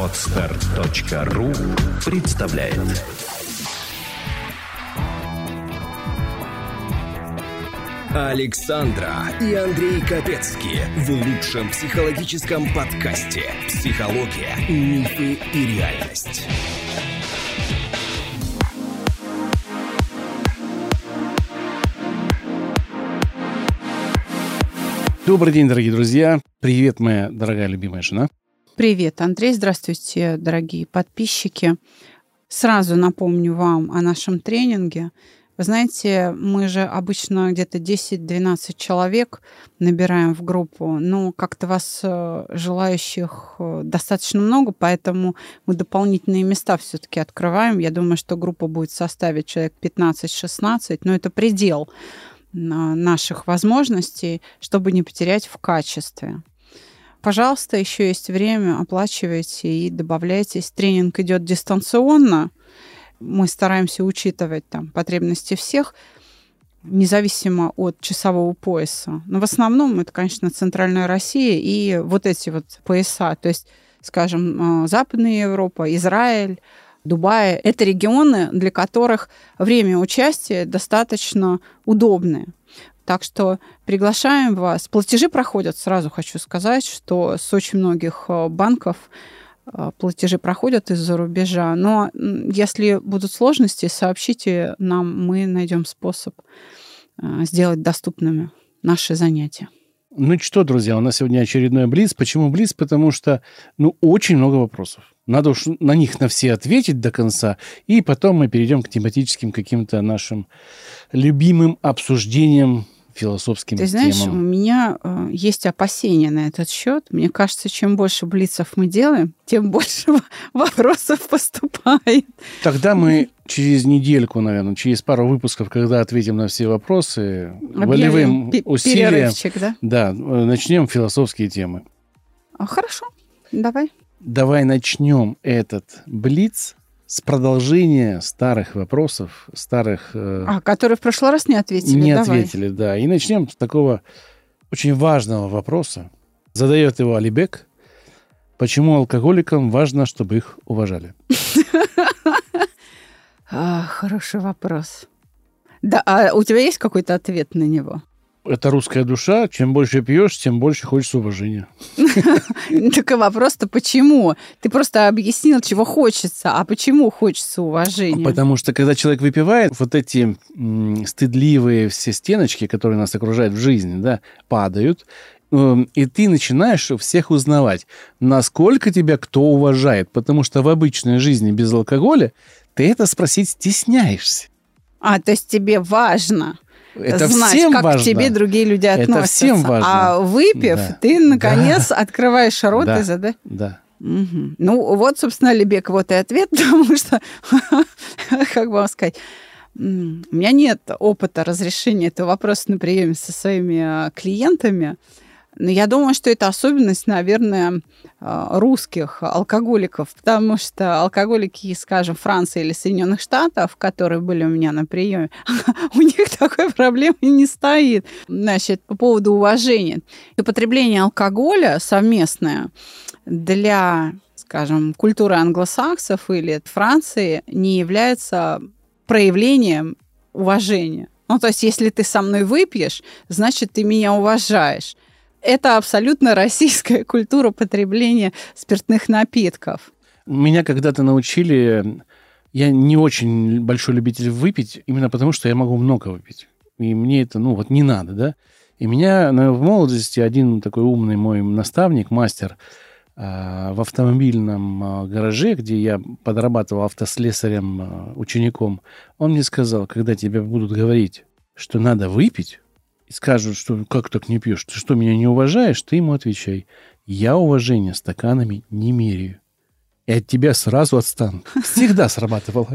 Podster.ru представляет. Александра и Андрей Капецки в лучшем психологическом подкасте «Психология, мифы и реальность». Добрый день, дорогие друзья. Привет, моя дорогая любимая жена. Привет, Андрей. Здравствуйте, дорогие подписчики. Сразу напомню вам о нашем тренинге. Вы знаете, мы же обычно где-то 10-12 человек набираем в группу, но как-то вас, желающих, достаточно много, поэтому мы дополнительные места все-таки открываем. Я думаю, что группа будет в составе человек 15-16, но это предел наших возможностей, чтобы не потерять в качестве. Пожалуйста, еще есть время, оплачивайте и добавляйтесь. Тренинг идет дистанционно. Мы стараемся учитывать там потребности всех, независимо от часового пояса. Но в основном это, конечно, Центральная Россия и вот эти вот пояса. То есть, скажем, Западная Европа, Израиль, Дубай. Это регионы, для которых время участия достаточно удобное. Так что приглашаем вас. Платежи проходят, сразу хочу сказать, что с очень многих банков платежи проходят из-за рубежа. Но если будут сложности, сообщите нам, мы найдем способ сделать доступными наши занятия. Ну что, друзья, у нас сегодня очередной блиц. Почему блиц? Потому что, очень много вопросов. Надо уж на них на все ответить до конца, и потом мы перейдем к тематическим каким-то нашим любимым обсуждениям, философским темам. Ты знаешь, у меня есть опасения на этот счет. Мне кажется, чем больше блицев мы делаем, тем больше вопросов поступает. Тогда мы через недельку, наверное, через пару выпусков, когда ответим на все вопросы, волевым усилием, да, начнем философские темы. Хорошо, давай. Давай начнем этот блиц с продолжения старых вопросов, которые в прошлый раз не ответили. Не ответили, да. И начнем с такого очень важного вопроса. Задает его Алибек. Почему алкоголикам важно, чтобы их уважали? Хороший вопрос. Да, а у тебя есть какой-то ответ на него? Это русская душа. Чем больше пьешь, тем больше хочется уважения. Так и вопрос-то почему? Ты просто объяснил, чего хочется, а почему хочется уважения? Потому что, когда человек выпивает, вот эти стыдливые все стеночки, которые нас окружают в жизни, да, падают, и ты начинаешь всех узнавать, насколько тебя кто уважает. Потому что в обычной жизни без алкоголя ты это спросить стесняешься. То есть тебе важно... Это знать, всем как важно. к тебе другие люди относятся. Это всем важно. А выпив, да. Ты, наконец, открываешь рот и задаешь. Да. Угу. Ну, вот, собственно, Алибек, вот и ответ, потому что, как бы вам сказать, у меня нет опыта разрешения этого вопроса на приеме со своими клиентами. Но я думаю, что это особенность, наверное, русских алкоголиков, потому что алкоголики, скажем, Франции или Соединенных Штатов, которые были у меня на приеме, у них такой проблемы не стоит. Значит, по поводу уважения. Употребление алкоголя совместное для, скажем, культуры англосаксов или Франции не является проявлением уважения. То есть, если ты со мной выпьешь, значит, ты меня уважаешь. Это абсолютно российская культура потребления спиртных напитков. Меня когда-то научили... Я не очень большой любитель выпить, именно потому, что я могу много выпить. И мне это, не надо, да? И меня в молодости один такой умный мой наставник, мастер, в автомобильном гараже, где я подрабатывал автослесарем, учеником, он мне сказал, когда тебе будут говорить, что надо выпить, и скажут, что как так не пьешь, ты что, меня не уважаешь, ты ему отвечай, я уважение стаканами не меряю. И от тебя сразу отстану. Всегда срабатывало.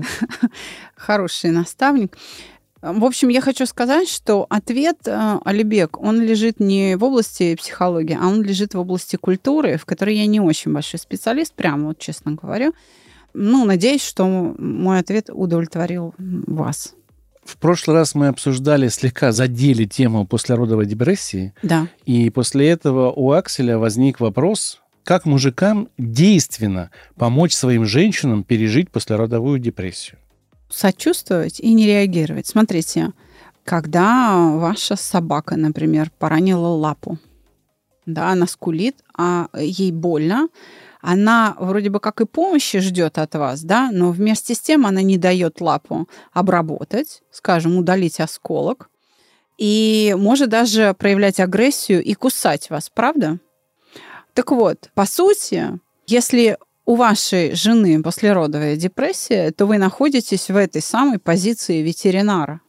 Хороший наставник. В общем, я хочу сказать, что ответ, Алибек, он лежит не в области психологии, а он лежит в области культуры, в которой я не очень большой специалист, прямо вот честно говорю. Надеюсь, что мой ответ удовлетворил вас. В прошлый раз мы обсуждали, слегка задели тему послеродовой депрессии. Да. И после этого у Акселя возник вопрос, Как мужикам действенно помочь своим женщинам пережить послеродовую депрессию? Сочувствовать и не реагировать. Смотрите, когда ваша собака, например, поранила лапу, да, она скулит, а ей больно, она вроде бы как и помощи ждет от вас, да, но вместе с тем она не дает лапу обработать, скажем, удалить осколок, и может даже проявлять агрессию и кусать вас, правда? Так вот, по сути, если у вашей жены послеродовая депрессия, то вы находитесь в этой самой позиции ветеринара.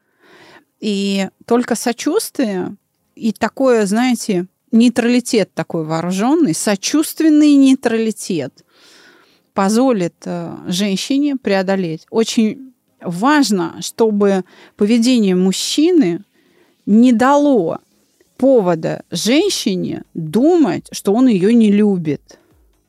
И только сочувствие и такое, знаете, нейтралитет такой вооруженный, сочувственный нейтралитет позволит женщине преодолеть. Очень важно, чтобы поведение мужчины не дало повода женщине думать, что он ее не любит.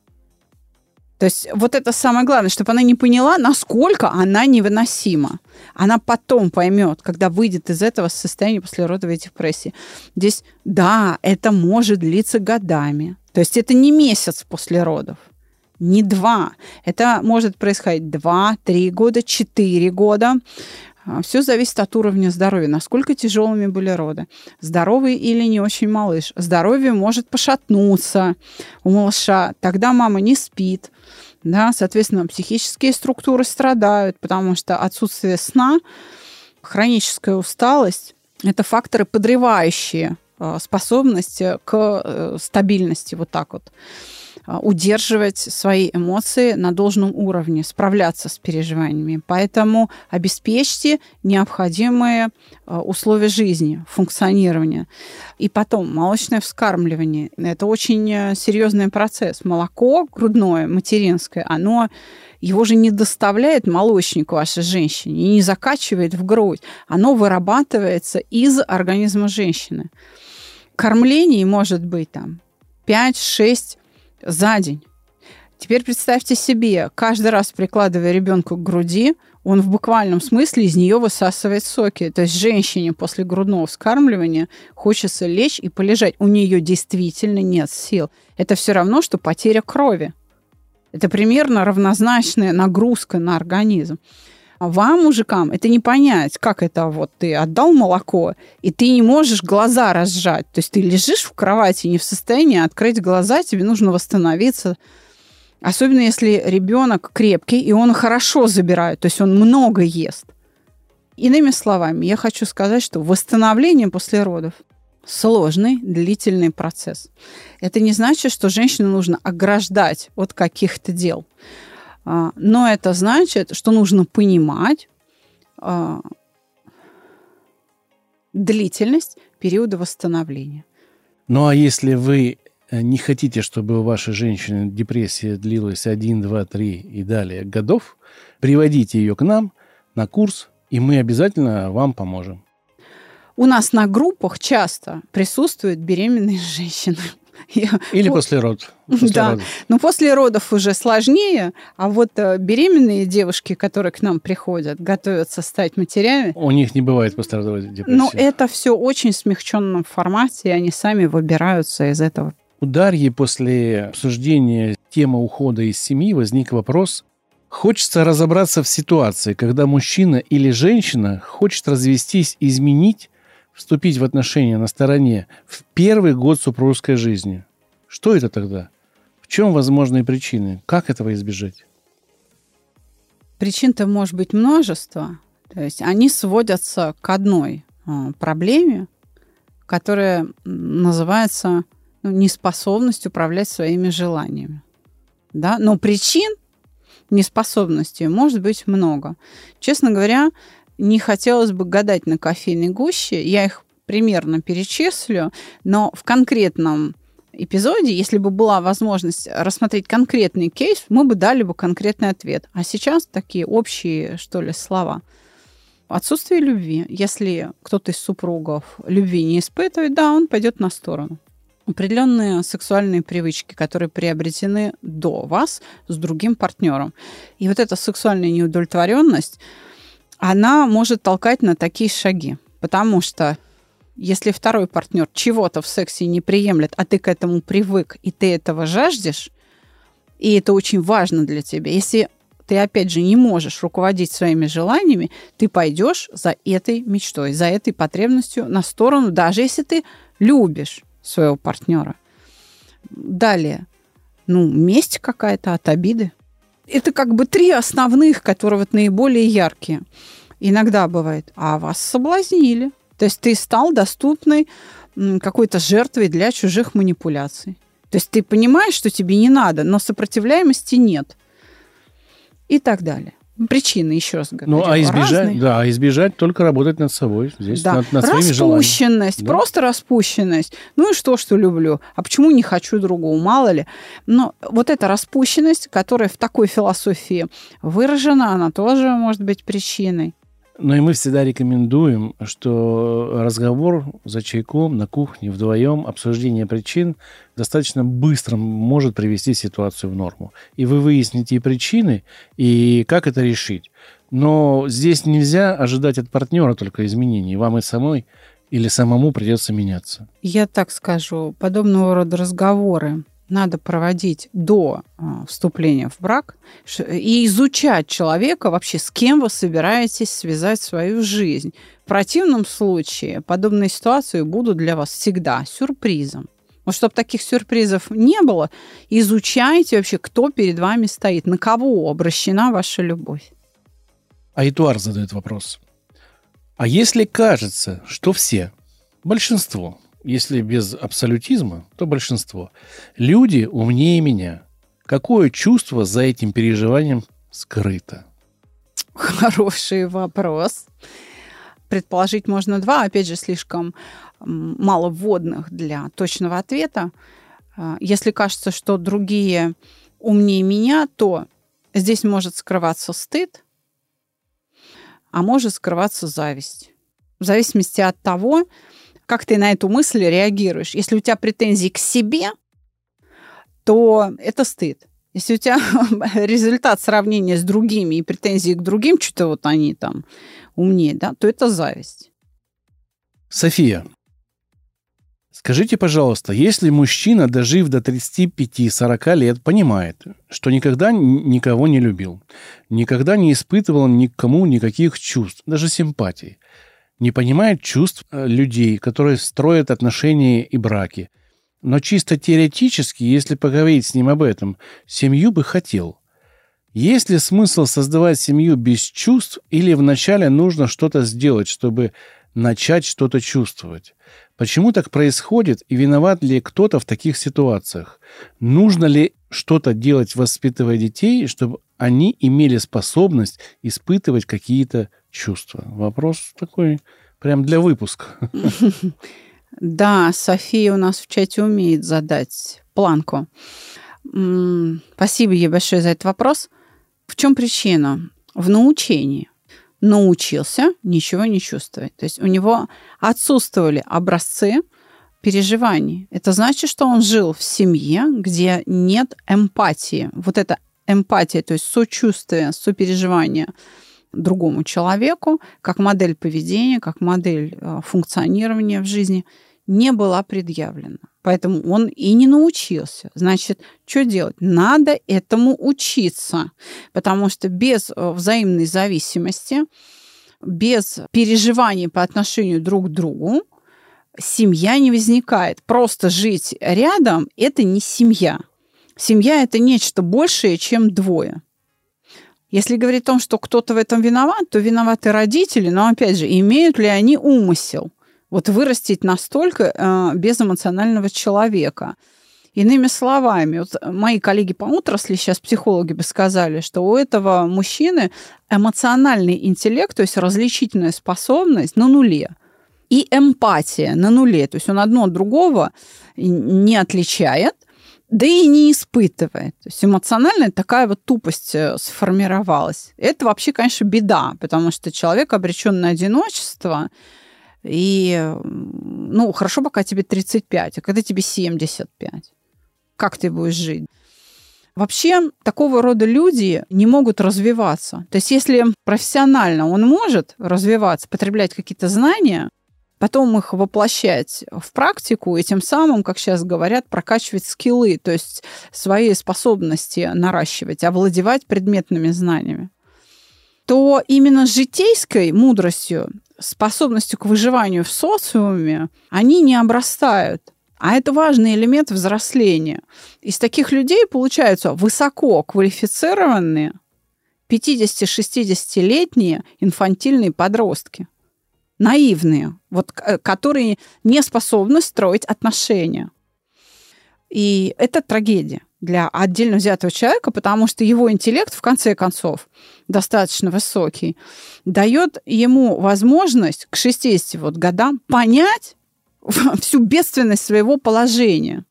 То есть вот это самое главное, чтобы она не поняла, насколько она невыносима. Она потом поймет, когда выйдет из этого состояния послеродовой депрессии. Здесь, да, это может длиться годами. То есть это не месяц после родов, не 2. Это может происходить 2, 3 года, 4 года. Все зависит от уровня здоровья, насколько тяжелыми были роды. Здоровый или не очень малыш. Здоровье может пошатнуться у малыша. Тогда мама не спит. Да, соответственно, психические структуры страдают, потому что отсутствие сна, хроническая усталость – это факторы, подрывающие способность к стабильности, вот так вот. Удерживать свои эмоции на должном уровне, справляться с переживаниями. Поэтому обеспечьте необходимые условия жизни, функционирования. И потом молочное вскармливание. Это очень серьезный процесс. Молоко грудное, материнское, его же не доставляет молочник вашей женщине и не закачивает в грудь. Оно вырабатывается из организма женщины. Кормлений может быть 5-6 за день. Теперь представьте себе, каждый раз прикладывая ребенка к груди, он в буквальном смысле из нее высасывает соки. То есть женщине после грудного вскармливания хочется лечь и полежать. У нее действительно нет сил. Это все равно, что потеря крови. Это примерно равнозначная нагрузка на организм. А вам, мужикам, это не понять, как это вот ты отдал молоко, и ты не можешь глаза разжать. То есть ты лежишь в кровати, не в состоянии открыть глаза, тебе нужно восстановиться. Особенно если ребенок крепкий, и он хорошо забирает, то есть он много ест. Иными словами, я хочу сказать, что восстановление после родов сложный, длительный процесс. Это не значит, что женщину нужно ограждать от каких-то дел. Но это значит, что нужно понимать длительность периода восстановления. Ну а если вы не хотите, чтобы у вашей женщины депрессия длилась 1, 2, 3 и далее годов, приводите ее к нам на курс, и мы обязательно вам поможем. У нас на группах часто присутствуют беременные женщины. Или после родов. Да, но после родов уже сложнее, а вот беременные девушки, которые к нам приходят, готовятся стать матерями. У них не бывает послеродовой депрессии. Но это все очень в смягченном формате, и они сами выбираются из этого. У Дарьи после обсуждения темы ухода из семьи возник вопрос: хочется разобраться в ситуации, когда мужчина или женщина хочет развестись, изменить, вступить в отношения на стороне в первый год супружеской жизни. Что это тогда? В чем возможные причины? Как этого избежать? Причин-то может быть множество. То есть они сводятся к одной проблеме, которая называется неспособность управлять своими желаниями. Да? Но причин неспособности может быть много. Честно говоря, не хотелось бы гадать на кофейной гуще. Я их примерно перечислю, но в конкретном эпизоде, если бы была возможность рассмотреть конкретный кейс, мы бы дали бы конкретный ответ. А сейчас такие общие, что ли, слова. Отсутствие любви. Если кто-то из супругов любви не испытывает, да, он пойдет на сторону. Определенные сексуальные привычки, которые приобретены до вас с другим партнером. И вот эта сексуальная неудовлетворенность, она может толкать на такие шаги. Потому что Если второй партнер чего-то в сексе не приемлет, а ты к этому привык, и ты этого жаждешь, и это очень важно для тебя, если ты, опять же, не можешь руководить своими желаниями, ты пойдешь за этой мечтой, за этой потребностью на сторону, даже если ты любишь своего партнера. Далее, месть какая-то от обиды. Это как бы 3 основных, которые вот наиболее яркие. Иногда бывает, а вас соблазнили. То есть ты стал доступной какой-то жертвой для чужих манипуляций. То есть ты понимаешь, что тебе не надо, но сопротивляемости нет. И так далее. Причины, еще раз говорю, избежать только работать над собой. Здесь над своими желаниями. Распущенность, просто распущенность. Ну и что люблю? А почему не хочу другого? Мало ли. Но вот эта распущенность, которая в такой философии выражена, она тоже может быть причиной. Но и мы всегда рекомендуем, что разговор за чайком на кухне вдвоем, обсуждение причин достаточно быстро может привести ситуацию в норму. И вы выясните и причины, и как это решить. Но здесь нельзя ожидать от партнера только изменений. Вам и самой или самому придется меняться. Я так скажу, подобного рода разговоры надо проводить до вступления в брак и изучать человека вообще, с кем вы собираетесь связать свою жизнь. В противном случае подобные ситуации будут для вас всегда сюрпризом. Вот чтобы таких сюрпризов не было, изучайте вообще, кто перед вами стоит, на кого обращена ваша любовь. Айтуар задает вопрос. А если кажется, что все, большинство, если без абсолютизма, то большинство. Люди умнее меня. Какое чувство за этим переживанием скрыто? Хороший вопрос. Предположить можно 2. Опять же, слишком мало вводных для точного ответа. Если кажется, что другие умнее меня, то здесь может скрываться стыд, а может скрываться зависть. В зависимости от того, как ты на эту мысль реагируешь. Если у тебя претензии к себе, то это стыд. Если у тебя результат сравнения с другими и претензии к другим, что-то вот они там умнее, да, то это зависть. София, скажите, пожалуйста, если мужчина, дожив до 35-40 лет, понимает, что никогда никого не любил, никогда не испытывал никому никаких чувств, даже симпатий, не понимает чувств людей, которые строят отношения и браки. Но чисто теоретически, если поговорить с ним об этом, семью бы хотел. Есть ли смысл создавать семью без чувств, или вначале нужно что-то сделать, чтобы начать что-то чувствовать? Почему так происходит, и виноват ли кто-то в таких ситуациях? Нужно ли что-то делать, воспитывая детей, чтобы они имели способность испытывать какие-то чувства? Вопрос такой прям для выпуска. Да, София у нас в чате умеет задать планку. Спасибо ей большое за этот вопрос. В чем причина? В научении. Научился ничего не чувствовать. То есть у него отсутствовали образцы переживаний. Это значит, что он жил в семье, где нет эмпатии. Вот эта эмпатия, то есть сочувствие, сопереживание другому человеку, как модель поведения, как модель функционирования в жизни, не была предъявлена. Поэтому он и не научился. Значит, что делать? Надо этому учиться. Потому что без взаимной зависимости, без переживаний по отношению друг к другу, семья не возникает. Просто жить рядом – это не семья. Семья – это нечто большее, чем двое. Если говорить о том, что кто-то в этом виноват, то виноваты родители, но, опять же, имеют ли они умысел вот вырастить настолько безэмоционального человека? Иными словами, вот мои коллеги по отрасли, сейчас психологи бы сказали, что у этого мужчины эмоциональный интеллект, то есть различительная способность на нуле, и эмпатия на нуле, то есть он одно от другого не отличает, да и не испытывает. То есть эмоциональная такая вот тупость сформировалась. Это вообще, конечно, беда, потому что человек обречен на одиночество. И, хорошо, пока тебе 35, а когда тебе 75? Как ты будешь жить? Вообще, такого рода люди не могут развиваться. То есть если профессионально он может развиваться, потреблять какие-то знания, потом их воплощать в практику и тем самым, как сейчас говорят, прокачивать скиллы, то есть свои способности наращивать, овладевать предметными знаниями, то именно с житейской мудростью, способностью к выживанию в социуме они не обрастают. А это важный элемент взросления. Из таких людей получаются высоко квалифицированные 50-60-летние инфантильные подростки. Наивные, вот, которые не способны строить отношения. И это трагедия для отдельно взятого человека, потому что его интеллект, в конце концов, достаточно высокий, дает ему возможность к 60 годам понять всю бедственность своего положения.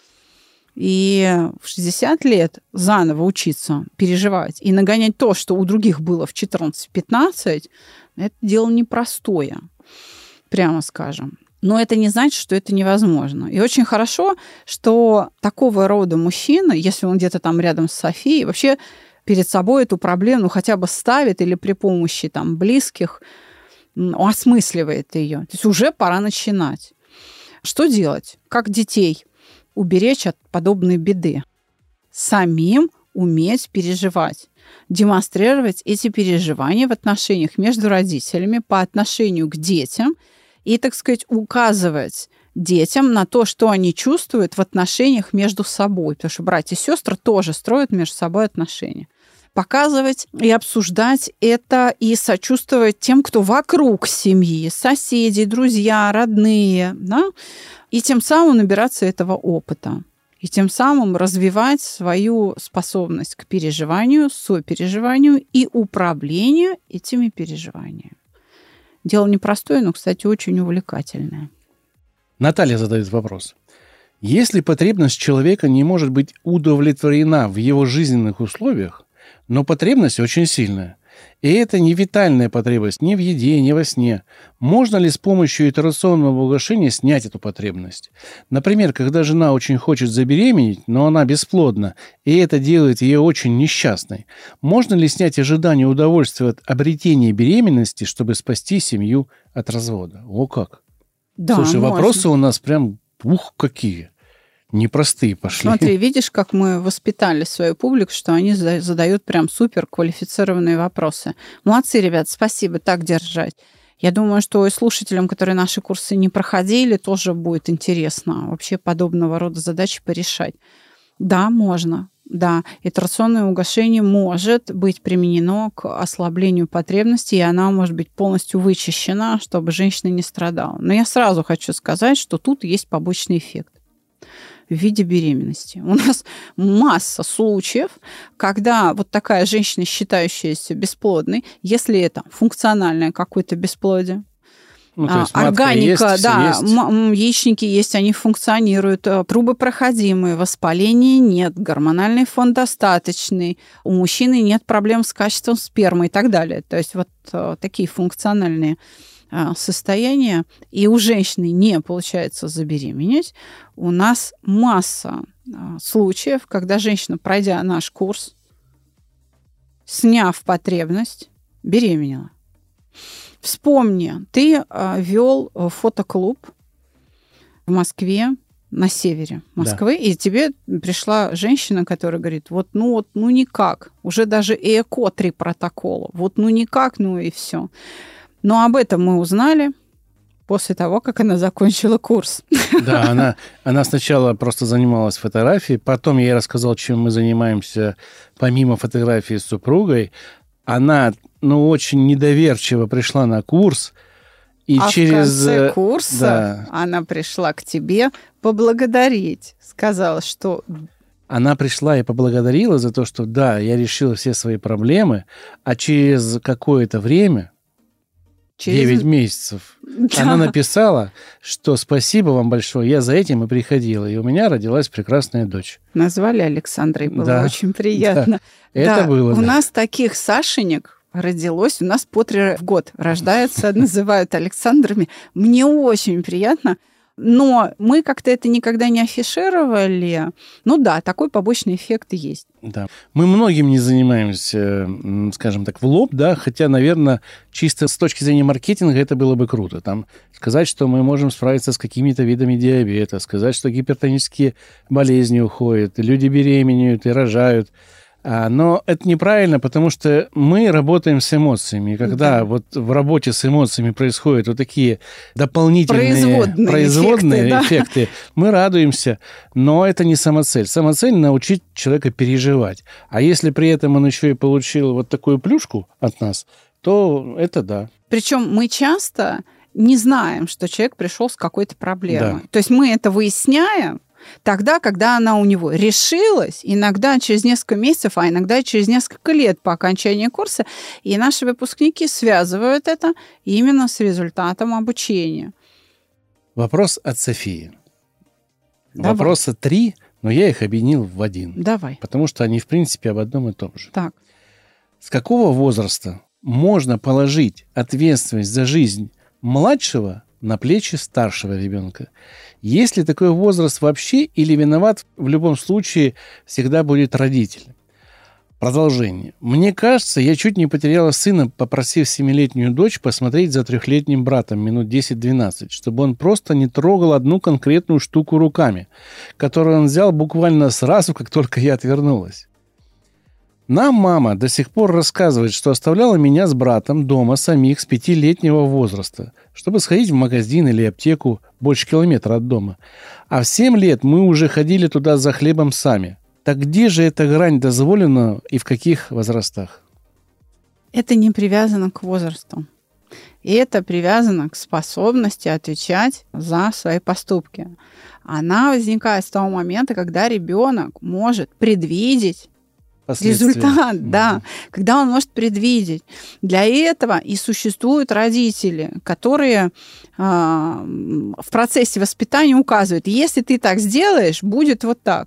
И в 60 лет заново учиться, переживать и нагонять то, что у других было в 14-15, это дело непростое, прямо скажем. Но это не значит, что это невозможно. И очень хорошо, что такого рода мужчина, если он где-то там рядом с Софией, вообще перед собой эту проблему хотя бы ставит или при помощи там близких осмысливает ее. То есть уже пора начинать. Что делать? Как детей уберечь от подобной беды? Самим уметь переживать, демонстрировать эти переживания в отношениях между родителями по отношению к детям и, так сказать, указывать детям на то, что они чувствуют в отношениях между собой, потому что братья и сестры тоже строят между собой отношения. Показывать и обсуждать это и сочувствовать тем, кто вокруг семьи, соседи, друзья, родные, да? И тем самым набираться этого опыта. И тем самым развивать свою способность к переживанию, сопереживанию и управлению этими переживаниями. Дело непростое, но, кстати, очень увлекательное. Наталья задает вопрос. Если потребность человека не может быть удовлетворена в его жизненных условиях, но потребность очень сильная, и это не витальная потребность ни в еде, ни во сне, можно ли с помощью итерационного угошения снять эту потребность? Например, когда жена очень хочет забеременеть, но она бесплодна, и это делает ее очень несчастной, можно ли снять ожидание удовольствия от обретения беременности, чтобы спасти семью от развода? О как! Да, слушай, можно. Вопросы у нас прям, какие! Непростые пошли. Смотри, видишь, как мы воспитали свою публику, что они задают прям супер квалифицированные вопросы. Молодцы, ребят, спасибо, так держать. Я думаю, что и слушателям, которые наши курсы не проходили, тоже будет интересно вообще подобного рода задачи порешать. Да, можно. Да, итерационное угошение может быть применено к ослаблению потребностей, и она может быть полностью вычищена, чтобы женщина не страдала. Но я сразу хочу сказать, что тут есть побочный эффект в виде беременности. У нас масса случаев, когда вот такая женщина, считающаяся бесплодной, если это функциональное какое-то бесплодие, то есть органика, есть, да, есть. Яичники есть, они функционируют, трубы проходимые, воспаления нет, гормональный фон достаточный, у мужчины нет проблем с качеством спермы и так далее. То есть вот такие функциональные состояния, и у женщины не получается забеременеть. У нас масса случаев, когда женщина, пройдя наш курс, сняв потребность, беременела. Вспомни, ты вел фотоклуб в Москве, на севере Москвы, да. И тебе пришла женщина, которая говорит, ну никак, уже даже ЭКО 3 протокола, никак, и все. Но об этом мы узнали после того, как она закончила курс. Да, она сначала просто занималась фотографией, потом я ей рассказал, чем мы занимаемся помимо фотографии с супругой. Она, очень недоверчиво пришла на курс. И в конце курса она пришла к тебе поблагодарить. Сказала, что... Она пришла и поблагодарила за то, что да, я решила все свои проблемы, а через какое-то время... 9 месяцев. Да. Она написала, что спасибо вам большое, я за этим и приходила. И у меня родилась прекрасная дочь. Назвали Александрой, было очень приятно. Да. Это было. У нас таких Сашенек родилось, у нас по 3 в год рождаются, называют Александрами. Мне очень приятно. Но мы как-то это никогда не афишировали. Ну да, такой побочный эффект есть. Да. Мы многим не занимаемся, скажем так, в лоб, да, хотя, наверное, чисто с точки зрения маркетинга это было бы круто. Там сказать, что мы можем справиться с какими-то видами диабета, сказать, что гипертонические болезни уходят, люди беременеют и рожают. Но это неправильно, потому что мы работаем с эмоциями. И когда вот в работе с эмоциями происходят вот такие дополнительные производные эффекты, мы радуемся, но это не самоцель. Самоцель – научить человека переживать. А если при этом он еще и получил вот такую плюшку от нас, то это да. Причем мы часто не знаем, что человек пришел с какой-то проблемой. Да. То есть мы это выясняем тогда, когда она у него решилась, иногда через несколько месяцев, а иногда через несколько лет по окончании курса, и наши выпускники связывают это именно с результатом обучения. Вопрос от Софии. Давай. Вопроса 3, но я их объединил в один. Давай. Потому что они, в принципе, об одном и том же. Так. С какого возраста можно положить ответственность за жизнь младшего на плечи старшего ребенка? Есть ли такой возраст вообще, или виноват в любом случае всегда будет родитель? Продолжение. Мне кажется, я чуть не потеряла сына, попросив 7-летнюю дочь посмотреть за 3-летним братом минут 10-12, чтобы он просто не трогал одну конкретную штуку руками, которую он взял буквально сразу, как только я отвернулась. Нам мама до сих пор рассказывает, что оставляла меня с братом дома самих с 5-летнего возраста, чтобы сходить в магазин или аптеку больше километра от дома. А в 7 лет мы уже ходили туда за хлебом сами. Так где же эта грань дозволенного и в каких возрастах? Это не привязано к возрасту. И это привязано к способности отвечать за свои поступки. Она возникает с того момента, когда ребенок может предвидеть результат, да, когда он может предвидеть. Для этого и существуют родители, которые в процессе воспитания указывают, если ты так сделаешь, будет вот так.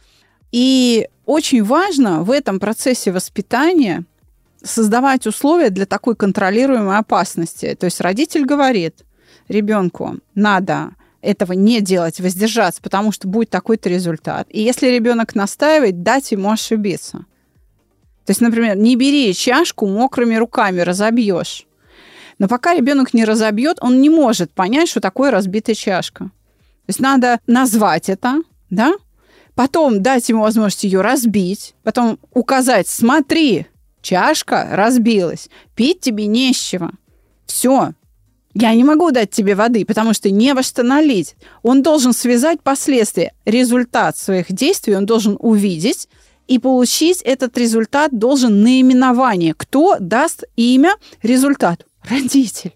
И очень важно в этом процессе воспитания создавать условия для такой контролируемой опасности. То есть родитель говорит ребенку, надо этого не делать, воздержаться, потому что будет такой-то результат. И если ребенок настаивает, дать ему ошибиться. То есть, например, не бери чашку мокрыми руками, разобьешь. Но пока ребенок не разобьет, он не может понять, что такое разбитая чашка. То есть надо назвать это, да? Потом дать ему возможность ее разбить, потом указать, смотри, чашка разбилась, пить тебе не с чего. Все. Я не могу дать тебе воды, потому что не во что налить. Он должен связать последствия. Результат своих действий он должен увидеть, и получить этот результат должен наименование. Кто даст имя результату? Родитель.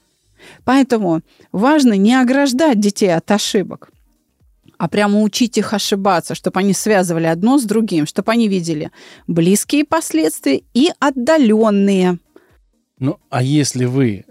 Поэтому важно не ограждать детей от ошибок, а прямо учить их ошибаться, чтобы они связывали одно с другим, чтобы они видели близкие последствия и отдаленные. Ну, а если вы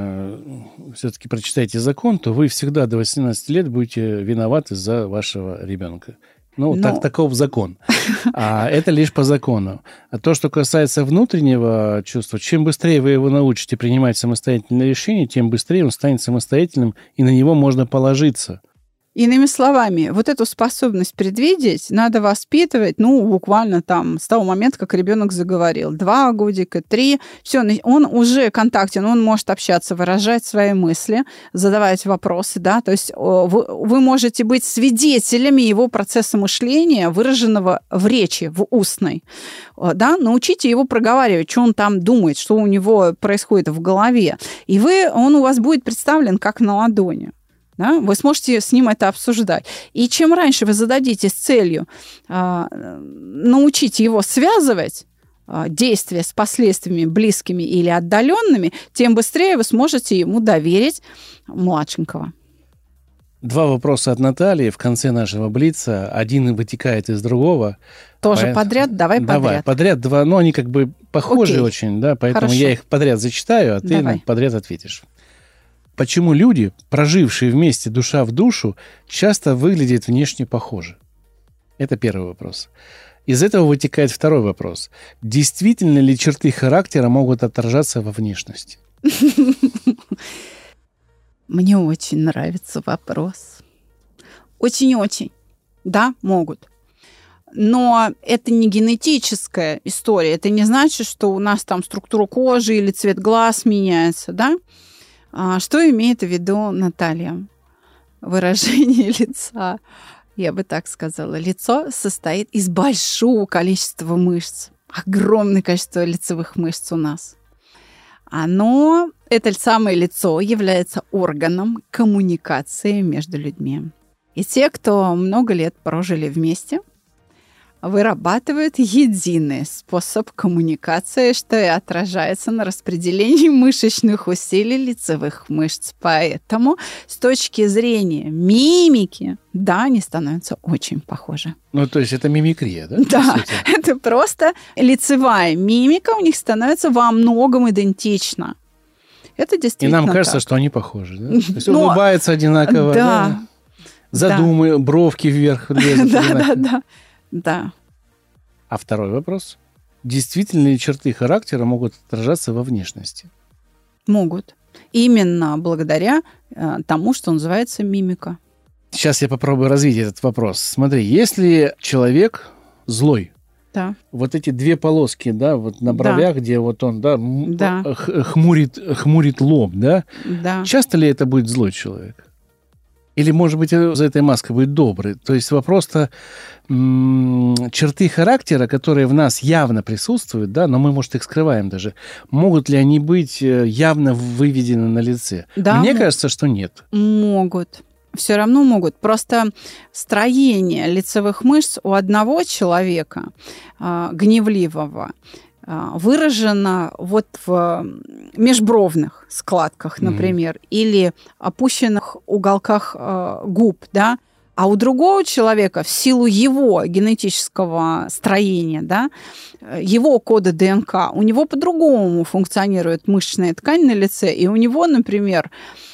все-таки прочитаете закон, то вы всегда до 18 лет будете виноваты за вашего ребенка. Таков закон. А это лишь по закону. А то, что касается внутреннего чувства, чем быстрее вы его научите принимать самостоятельные решения, тем быстрее он станет самостоятельным, и на него можно положиться. Иными словами, вот эту способность предвидеть надо воспитывать, буквально там с того момента, как ребенок заговорил. 2 годика, 3, все, он уже контактен, он может общаться, выражать свои мысли, задавать вопросы, да, то есть вы можете быть свидетелями его процесса мышления, выраженного в речи, в устной, да, научите его проговаривать, что он там думает, что у него происходит в голове, и он у вас будет представлен как на ладони. Да? Вы сможете с ним это обсуждать. И чем раньше вы зададитесь целью научить его связывать действия с последствиями близкими или отдаленными, тем быстрее вы сможете ему доверить младшенького. 2 вопроса от Натальи в конце нашего блица. Один вытекает из другого. Тоже подряд? Давай подряд 2. Они как бы похожи очень, да, поэтому Хорошо. Я их подряд зачитаю, а ты подряд ответишь. Почему люди, прожившие вместе душа в душу, часто выглядят внешне похожи? Это первый вопрос. Из этого вытекает второй вопрос. Действительно ли черты характера могут отражаться во внешности? Мне очень нравится вопрос. Очень-очень. Да, могут. Но это не генетическая история. Это не значит, что у нас там структура кожи или цвет глаз меняется, да? Что имеет в виду Наталья? Выражение лица. Я бы так сказала. Лицо состоит из большого количества мышц. Огромное количество лицевых мышц у нас. Это самое лицо является органом коммуникации между людьми. И те, кто много лет прожили вместе, вырабатывают единый способ коммуникации, что и отражается на распределении мышечных усилий лицевых мышц. Поэтому с точки зрения мимики, да, они становятся очень похожи. То есть это мимикрия, да? Да, это просто лицевая мимика у них становится во многом идентична. Это действительно И нам кажется, что они похожи, да? То есть улыбаются одинаково, да? Бровки вверх лезут одинаково. Да. А второй вопрос. Действительно ли черты характера могут отражаться во внешности? Могут. Именно благодаря тому, что называется мимика. Сейчас я попробую развить этот вопрос. Смотри, если человек злой, да. Вот эти две полоски, да, вот на бровях, где вот он, да, хмурит лоб, да? Да. Часто ли это будет злой человек? Или, может быть, за этой маской будет добрый? То есть вопрос-то черты характера, которые в нас явно присутствуют, да, но мы, может, их скрываем даже, могут ли они быть явно выведены на лице? Да, Мне кажется, что нет. Могут. Все равно могут. Просто строение лицевых мышц у одного человека, гневливого, выражено вот в межбровных складках, например, или опущенных уголках губ, да, а у другого человека в силу его генетического строения, да, его кода ДНК, у него по-другому функционирует мышечная ткань на лице, и у него, например,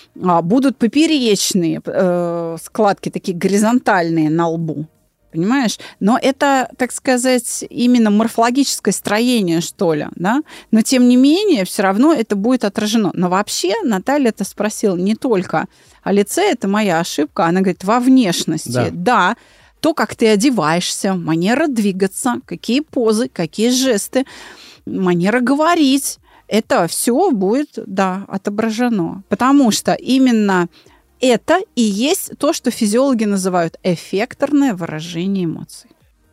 будут поперечные складки, такие горизонтальные на лбу. Понимаешь? Но это, так сказать, именно морфологическое строение, что ли, да? Но, тем не менее, все равно это будет отражено. Но вообще Наталья это спросила не только о лице, это моя ошибка, она говорит, во внешности. Да, то, как ты одеваешься, манера двигаться, какие позы, какие жесты, манера говорить, это все будет, да, отображено. Потому что именно это и есть то, что физиологи называют эффекторное выражение эмоций.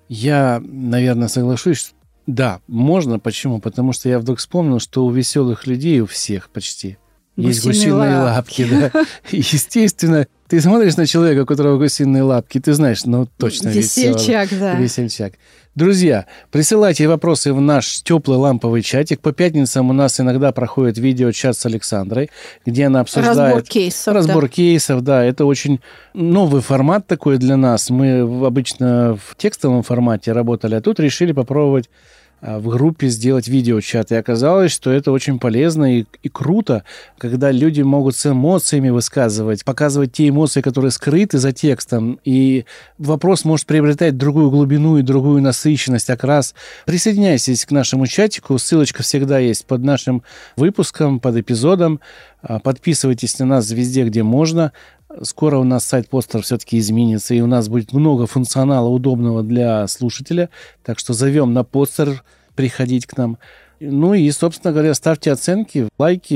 Я, наверное, соглашусь. Да, можно. Почему? Потому что я вдруг вспомнил, что у веселых людей, у всех почти, есть гусиные лапки. Да. Естественно, ты смотришь на человека, у которого гусиные лапки, ты знаешь, точно весельчак, да. Весельчак. Друзья, присылайте вопросы в наш теплый ламповый чатик. По пятницам у нас иногда проходит видеочат с Александрой, где она обсуждает... Разбор кейсов, да. Это очень новый формат такой для нас. Мы обычно в текстовом формате работали, а тут решили попробовать в группе сделать видеочат. И оказалось, что это очень полезно и круто, когда люди могут с эмоциями высказывать, показывать те эмоции, которые скрыты за текстом. И вопрос может приобретать другую глубину и другую насыщенность, окрас. Присоединяйтесь к нашему чатику. Ссылочка всегда есть под нашим выпуском, под эпизодом. Подписывайтесь на нас везде, где можно. Скоро у нас сайт-постер все-таки изменится, и у нас будет много функционала удобного для слушателя. Так что зовем на постер приходить к нам. И, собственно говоря, ставьте оценки,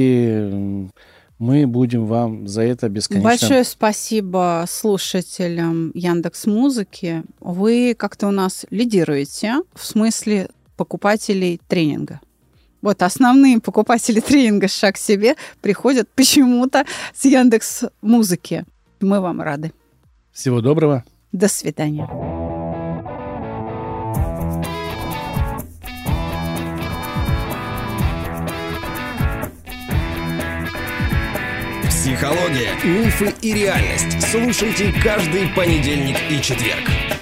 лайки. Мы будем вам за это бесконечно... Большое спасибо слушателям Яндекс.Музыки. Вы как-то у нас лидируете в смысле покупателей тренинга. Вот основные покупатели тренинга «Шаг к себе» приходят почему-то с Яндекс.Музыки. Мы вам рады. Всего доброго. До свидания. Психология, мифы и реальность. Слушайте каждый понедельник и четверг.